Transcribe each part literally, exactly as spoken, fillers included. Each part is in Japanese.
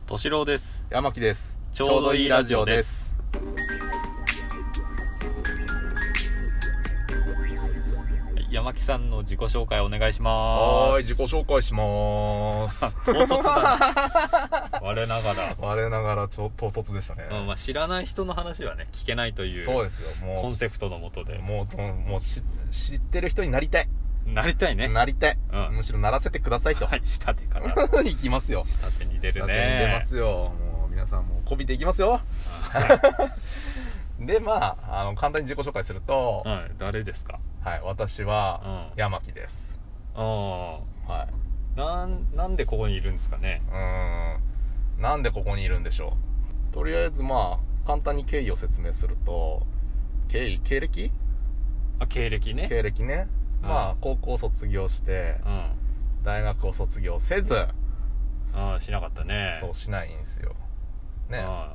敏郎です。 山木です。 ちょうどいいラジオです。山木さんの自己紹介お願いします。 はい、自己紹介しまーす。 唐突だね。我ながら我ながらちょっと唐突でしたね。 うんまあ、知らない人の話はね聞けないというそうですよ。もうコンセプトのもとでもうもう知ってる人になりたいなりたいねなりたい、 うん、 むしろならせてくださいと。 はい下手からいきますよ。 下手に出るね。 下手に出ますよ。もう皆さんもうこびていきますよ。でまああの簡単に自己紹介すると、 はい、誰ですか。 はい、私は山木です。 うん、 はい。 なんなんでここにいるんですかね。 うーんなんでここにいるんでしょう。とりあえずまあ簡単に経緯を説明すると、経緯経歴あ経歴ね経歴ね、うん、まあ高校卒業して、うん、大学を卒業せず、 ああしなかったね。 そうしないんですよね。はい、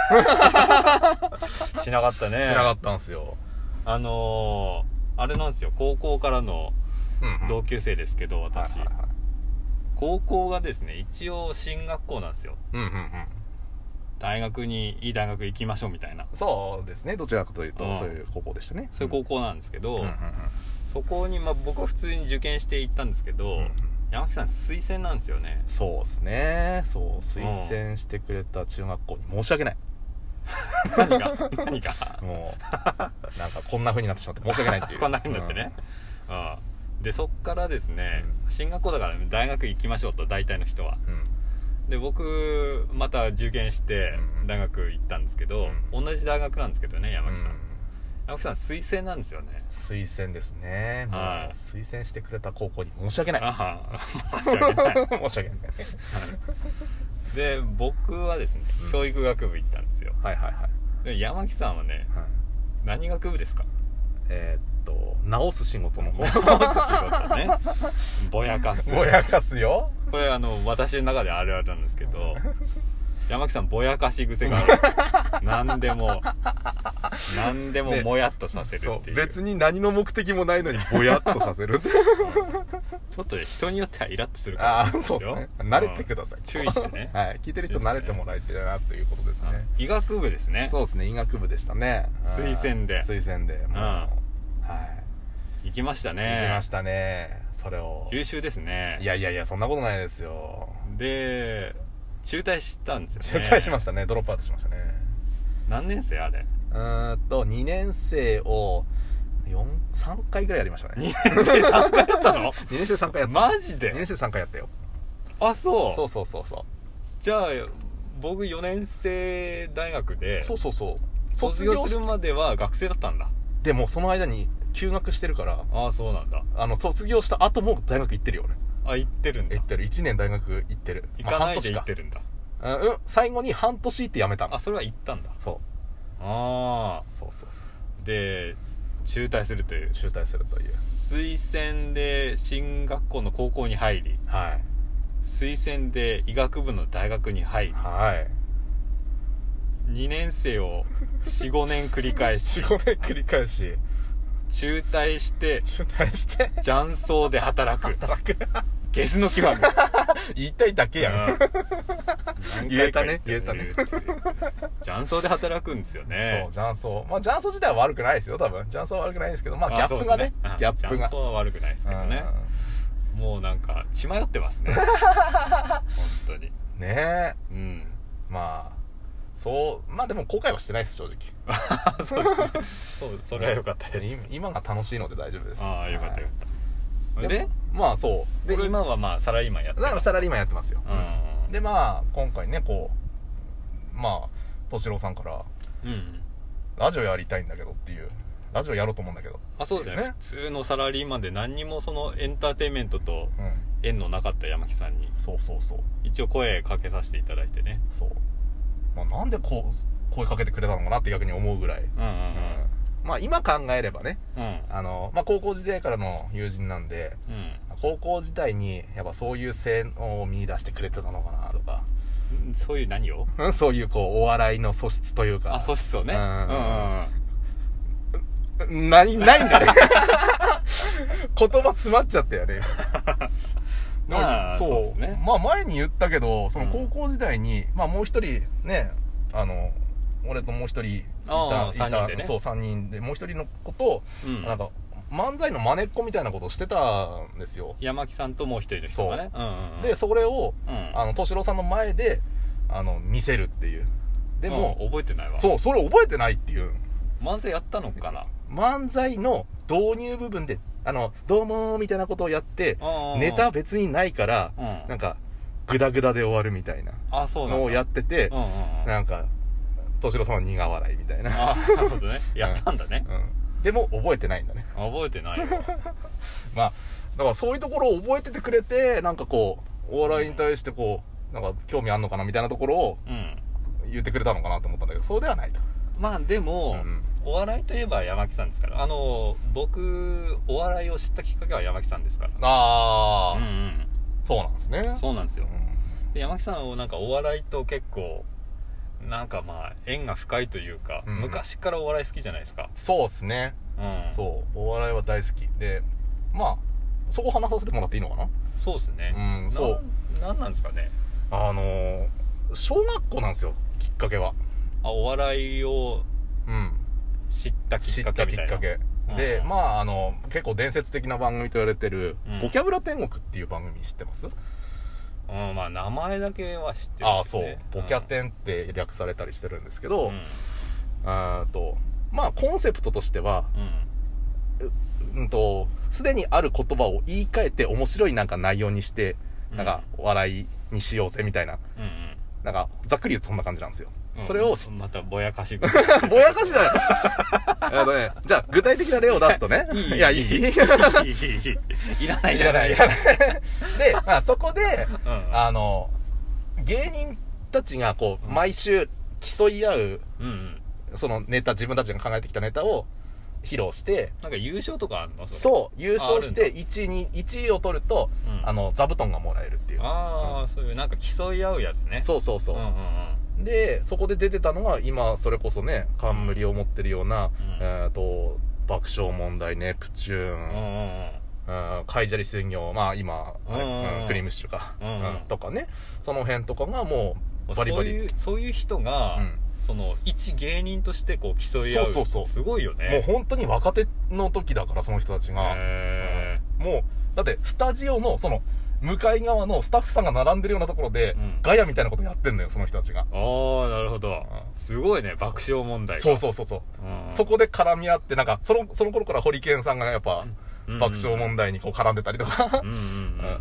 うん、しなかったね。 しなかったんですよ。 あのー、あれなんですよ、高校からの同級生ですけど、うんうん、私、はいはいはい、高校がですね一応進学校なんですよ、うんうんうん、大学にいい大学行きましょうみたいな。 そうですね、どちらかというと、うん、そういう高校でしたね。 そういう高校なんですけど、うんうんうん、そこに、まあ、僕は普通に受験して行ったんですけど、うんうん、山木さん推薦なんですよね。 そうですね。そう推薦してくれた中学校に申し訳ない。 何が何がもうなんかこんな風になってしまって申し訳ないっていうこんな風になってね、うん、うん、でそっからですね、うん、進学校だから大学行きましょうと大体の人は、うん、で僕また受験して大学行ったんですけど、うん、同じ大学なんですけどね山木さん、うん、山木さん推薦なんですよね。 推薦ですね。もう推薦してくれた高校に申し訳ない。 あ申し訳ない申し訳ないで僕はですね、うん、教育学部行ったんですよ。 はいはいはい。 で山木さんはね、はい、何学部ですか。 えー、っと直す仕事の方。 直す仕事ね。ぼやかす。 ぼやかすよ。 これあの私の中であるあるなんですけど、山木さんぼやかし癖がある。何でも何でももやっとさせるっていう、ね、 そう別に何の目的もないのにぼやっとさせる。 ちょっと人によってはイラッとするからですよ。 あそうですね。慣れてください。 注意してね。 はい、聞いてる人慣れてもらえてるなということですね。 医学部ですね。 そうですね、医学部でしたね。 推薦で推薦でもう、うん、はい、 行きましたね。 行きましたね。それを優秀ですね。 いやいやいやそんなことないですよ。で中退したんですよね。 中退しましたね。ドロップアウトしましたね。 何年生あれ。 うーんとにねん生をよん、さんかいぐらいやりましたね。 にねん生さんかいやったの？ に年生さんかいやった。 マジで？ にねん生さんかいやったよ。 あ、そうそうそうそうそう。 じゃあ僕よねん生大学でそうそうそう卒業するまでは学生だったんだ。 でもその間に休学してるから。 ああそうなんだ。 あの卒業した後も大学行ってるよ俺。 あ行ってるんだ。 行ってる。いちねん大学行ってる。 行かないで行ってるんだ。 まあ、うん最後に半年って辞めたの。 あそれは行ったんだ。 そう。 ああそうそうそうで中退するという中退するという推薦で進学校の高校に入り、 はい、 推薦で医学部の大学に入り、 はい、 にねん生を よん,ご 年繰り返しよん、ごねん繰り返し中退して中退して雀荘で働く働くゲスの極み言いたいだけやん、うん、言えたね言えたね雀荘で働くんですよね。 そう雀荘まあ雀荘自体は悪くないですよ多分雀荘は悪くないですけどまあギャップがねギャップが雀荘は悪くないですけどね、うん、もうなんか血迷ってますね本当にねえうんまあそうまあでも後悔はしてないです正直そうですねそうそれは良かったです。 今が楽しいので大丈夫です。 ああよかったよかった。 でまあそうで今はまあサラリーマンやってます。 だからサラリーマンやってますよ、 うん、 でまあ今回ねこうまあ敏郎さんから、うん、ラジオやりたいんだけどっていうラジオやろうと思うんだけどあそうですね、ね、普通のサラリーマンで何にもそのエンターテインメントと縁のなかった山木さんに、 うん、そうそうそう一応声かけさせていただいてね。 そう、まあ、なんでこう声かけてくれたのかなって逆に思うぐらい、うんうんうんうんまあ今考えればね、うん、あのまあ、高校時代からの友人なんで、うん、高校時代にやっぱそういう性能を見出してくれてたのかなとか、 そういう何をそういうこうお笑いの素質というかあ素質をね、うんうんうん、ないないんだね言葉詰まっちゃったよねまあそう、 そうですね。 まあ前に言ったけどその高校時代に、うん、まあもう一人ねあの俺ともう一人いた、いたさんにんでね、 そうさんにんでもう一人の子と、うん、なんか漫才の真似っこみたいなことをしてたんですよ。 山木さんともう一人の人がね。 そう、うんうんうん、でそれを、うん、あの敏郎さんの前であの見せるっていう。でも、 うん、覚えてないわ。 そうそれ覚えてないっていう。 漫才やったのかな。 漫才の導入部分であのどうもーみたいなことをやってネタ別にないから、うん、なんかグダグダで終わるみたいなのをやってて、うんうんうん、なんか敏郎さんは苦笑いみたいな。 あなるほどね。やったんだね、 うんうん、でも覚えてないんだね。 覚えてないわまあだからそういうところを覚えててくれてなんかこうお笑いに対してこうなんか興味あんのかなみたいなところを言ってくれたのかなと思ったんだけどそうではないと。 まあでも、うん、お笑いといえば山木さんですから。あの僕お笑いを知ったきっかけは山木さんですから。 ああ、うんうん、そうなんですね。 そうなんですよ、うん、で山木さんをなんかお笑いと結構なんかまあ縁が深いというか、うん、昔からお笑い好きじゃないですか。 そうですね、うん、そうお笑いは大好きでまあそこ話させてもらっていいのかな。 そうですね、 うん、そうな、なんなんですかね。 あのー、小学校なんですよきっかけは。 あお笑いを知ったきっかけみたいな、知ったきっかけで、うん、まああの結構伝説的な番組と言われてる、うん、ボキャブラ天国っていう番組知ってます？ うん、まあ名前だけは知ってるんですね。 ああそうボキャテンって略されたりしてるんですけど、うん、あとまあコンセプトとしては、うん、うんとすでにある言葉を言い換えて面白いなんか内容にして、うん、なんか笑いにしようぜみたいな、うんうん、なんかざっくり言うとそんな感じなんですよ。それを、 うん、またぼやかしぼやかしじゃないあのね、じゃあ具体的な例を出すとねいいいやいいいいいらないいらないいらないで、まあ、そこで、うん、あの芸人たちがこう、うん、毎週競い合う、うんうん、そのネタ自分たちが考えてきたネタを披露してなんか優勝とかあんの？ そう優勝していちいにいちいを取ると、うん、あの座布団がもらえるっていう。 ああ、うん、そういうなんか競い合うやつね。 そうそうそう、うんうんうん、でそこで出てたのが今それこそね冠を持ってるような、うん、えー、と爆笑問題ネプチューン、うんうん、カイジャリ水魚まあ今あれ、うんうん、クリームシチューか、うんうん、とかねその辺とかがもうバリバリそういう、そういう人が、うんその一芸人としてこう競い合う。そうそうそうすごいよね。 もう本当に若手の時だからその人たちが、へー、うん、もうだってスタジオのその向かい側のスタッフさんが並んでるようなところで、うん、ガヤみたいなことやってんのよその人たちが。 ああなるほど、うん、すごいね爆笑問題が。 そうそうそうそう、うん、そこで絡み合ってなんかそのその頃からホリケンさんがやっぱ、うん、爆笑問題にこう絡んでたりとか、うんうんうん、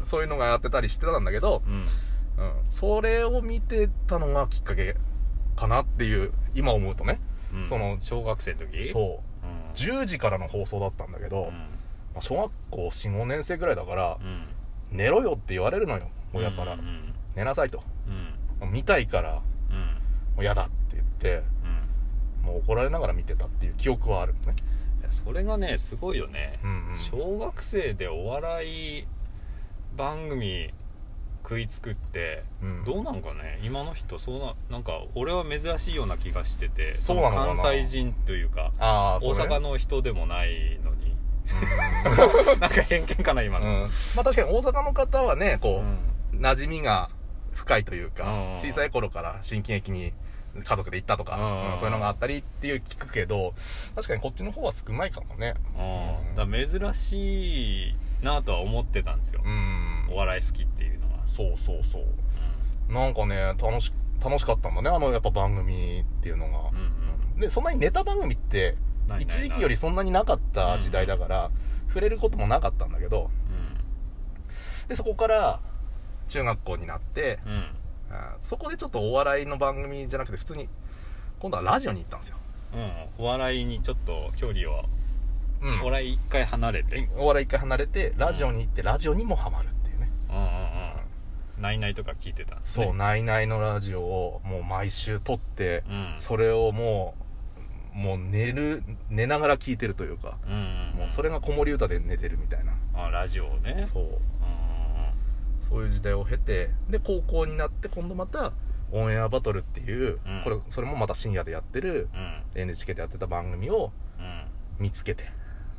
そういうのがやってたりしてたんだけど、うんうん、それを見てたのがきっかけかなっていう今思うとね、 うん、その小学生の時そう、うん、じゅうじからの放送だったんだけど、うんまあ、小学校 よん,ご 年生ぐらいだから、うん、寝ろよって言われるのよ親から、うんうん、寝なさいと、うん、見たいから、うん、もう嫌だって言って、うん、もう怒られながら見てたっていう記憶はあるね。 いやそれがねすごいよね、うんうん、小学生でお笑い番組食いつくって、うん、どうなんかね今の人そうななんか俺は珍しいような気がしててそうなのかな関西人というかあ大阪の人でもないのにうんなんか偏見かな今の、うん、 まあ確かに大阪の方はねこう、うん、馴染みが深いというか、うん、小さい頃から新喜劇に家族で行ったとか、うんうん、そういうのがあったりっていう聞くけど確かにこっちの方は少ないかもね、 うん、だから珍しいなとは思ってたんですよ、うん、お笑い好きっていうのは。 そうそうそう、うん、なんかね楽し楽しかったんだねあのやっぱ番組っていうのが、うんうん、でそんなにネタ番組って一時期よりそんなになかった時代だから、うんうん、触れることもなかったんだけど、うん、でそこから中学校になって、うん、そこでちょっとお笑いの番組じゃなくて普通に今度はラジオに行ったんですよ、 うん、お笑いにちょっと距離を、うん、お笑い一回離れてお笑い一回離れてラジオに行って、うん、ラジオにもハマるっていうね、うんうんうん、 ナイナイとか聞いてたんですね。 そうナイナイのラジオをもう毎週撮って、うん、それをもうもう寝る寝ながら聞いてるというか、うんうんうん、もうそれが子守歌で寝てるみたいな。 あラジオをねそう、うん、そういう時代を経てで高校になって今度またオンエアバトルっていう、うん、これそれもまた深夜でやってる、うん、エヌエイチケー でやってた番組を見つけて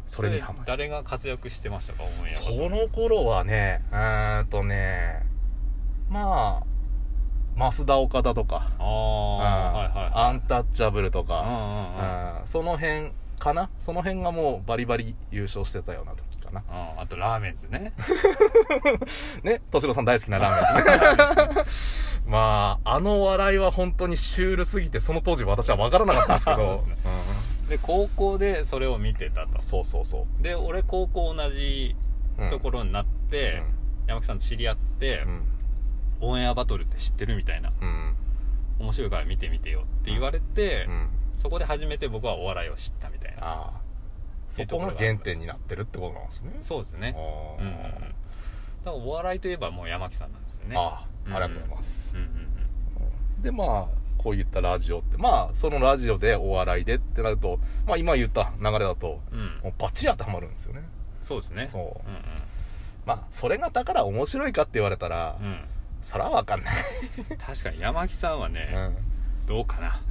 それにハマる。 誰が活躍してましたか？オンエアバトル。 その頃はね、うーんとねまあ増田岡田とか、 ああ、はいはいはい、 アンタッチャブルとか、 うんうんうんうん、その辺かな。その辺がもうバリバリ優勝してたような時かな。 あ, あとラーメンズねね、敏郎さん大好きなラーメンズねまああの笑いは本当にシュールすぎて、その当時私は分からなかったんですけどで高校でそれを見てたと。 そうそうそう。 で俺高校同じところになって、うん、山木さんと知り合って、うん、オンエアバトルって知ってるみたいな、うん、面白いから見てみてよって言われて、うんうん、そこで初めて僕はお笑いを知ったみたいな。ああ、 そこが原点になってるってことなんですね。 そうですね。うんうんうん、だからお笑いといえばもう山木さんなんですよね。 ああ、ありがとうございます、うんうんうん、でまあこういったラジオって、まあそのラジオでお笑いでってなると、まあ今言った流れだと、うん、もうバッチリ当てはまるんですよね。 そうですね。そう、うんうん、 まあそれがだから面白いかって言われたら、うん、そらわかんない確かに山木さんはね、うん、どうかな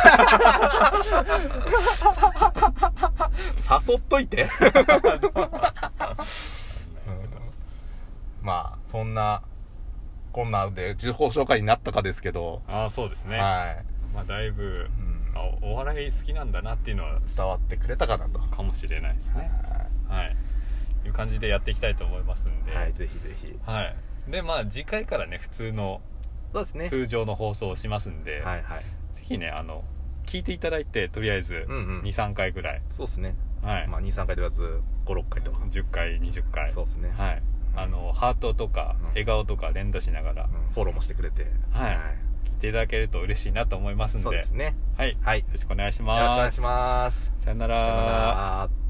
誘っといて、うん、まあそんなこんなで自己紹介になったかですけど。 ああ、そうですね。はい。まあだいぶ、うん、あお笑い好きなんだなっていうのは伝わってくれたかなと。 かもしれないですね。はい。はい、いう感じでやっていきたいと思いますんで。 はい、ぜひぜひ。 はい。でまあ次回からね普通のそうですね。 通常の放送をしますんで、 はいはい。 ぜひねあの聞いていただいてとりあえずに、さんかいぐらい。 そうですね。 はい。 まあに、さんかいではずご、ろっかいとか。 じゅっかい、にじゅっかい。 そうですね。 はい。あのハートとか笑顔とか連打しながら、うん、 フォローもしてくれて、 はい、はい、聞いていただけると嬉しいなと思いますんで。 そうですね。 はい、はい、よろしくお願いします。 よろしくお願いします。 さよなら。 さよなら。